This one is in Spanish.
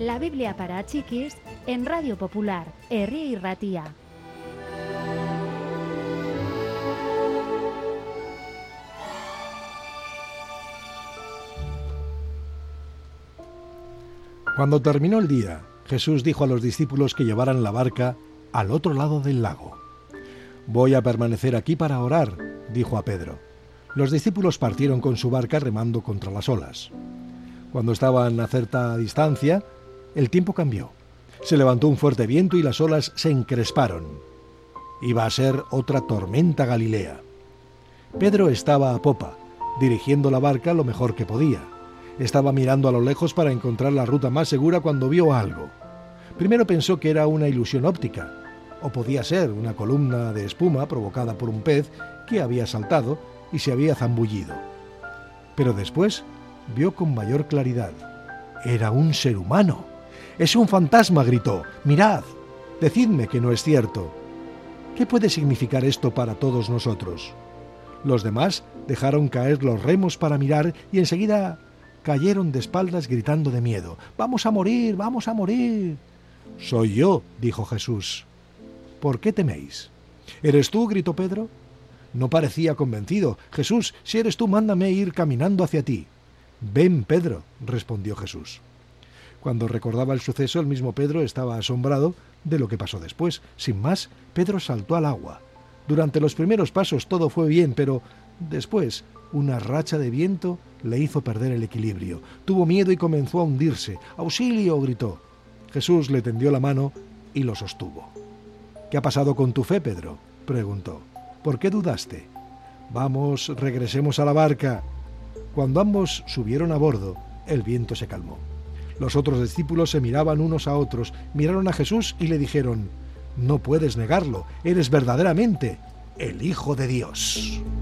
La Biblia para chiquis en Radio Popular, Herri y Ratia. Cuando terminó el día, Jesús dijo a los discípulos que llevaran la barca al otro lado del lago. «Voy a permanecer aquí para orar», dijo a Pedro. Los discípulos partieron con su barca remando contra las olas. Cuando estaban a cierta distancia, el tiempo cambió. Se levantó un fuerte viento y las olas se encresparon. Iba a ser otra tormenta galilea. Pedro estaba a popa, dirigiendo la barca lo mejor que podía. Estaba mirando a lo lejos para encontrar la ruta más segura cuando vio algo. Primero pensó que era una ilusión óptica, o podía ser una columna de espuma provocada por un pez que había saltado y se había zambullido. Pero después vio con mayor claridad. Era un ser humano. «¡Es un fantasma!», gritó. «¡Mirad! Decidme que no es cierto». ¿Qué puede significar esto para todos nosotros? Los demás dejaron caer los remos para mirar y enseguida cayeron de espaldas gritando de miedo. «¡Vamos a morir! ¡Vamos a morir!». «Soy yo», dijo Jesús. «¿Por qué teméis?» «¿Eres tú?», gritó Pedro. No parecía convencido. «Jesús, si eres tú, mándame ir caminando hacia ti». «Ven, Pedro», respondió Jesús. Cuando recordaba el suceso, el mismo Pedro estaba asombrado de lo que pasó después. Sin más, Pedro saltó al agua. Durante los primeros pasos todo fue bien, pero después una racha de viento le hizo perder el equilibrio. Tuvo miedo y comenzó a hundirse. «¡Auxilio!», gritó. Jesús le tendió la mano y lo sostuvo. «¿Qué ha pasado con tu fe, Pedro?», preguntó. «¿Por qué dudaste?». «Vamos, regresemos a la barca». Cuando ambos subieron a bordo, el viento se calmó. Los otros discípulos se miraban unos a otros, miraron a Jesús y le dijeron: «No puedes negarlo, eres verdaderamente el Hijo de Dios».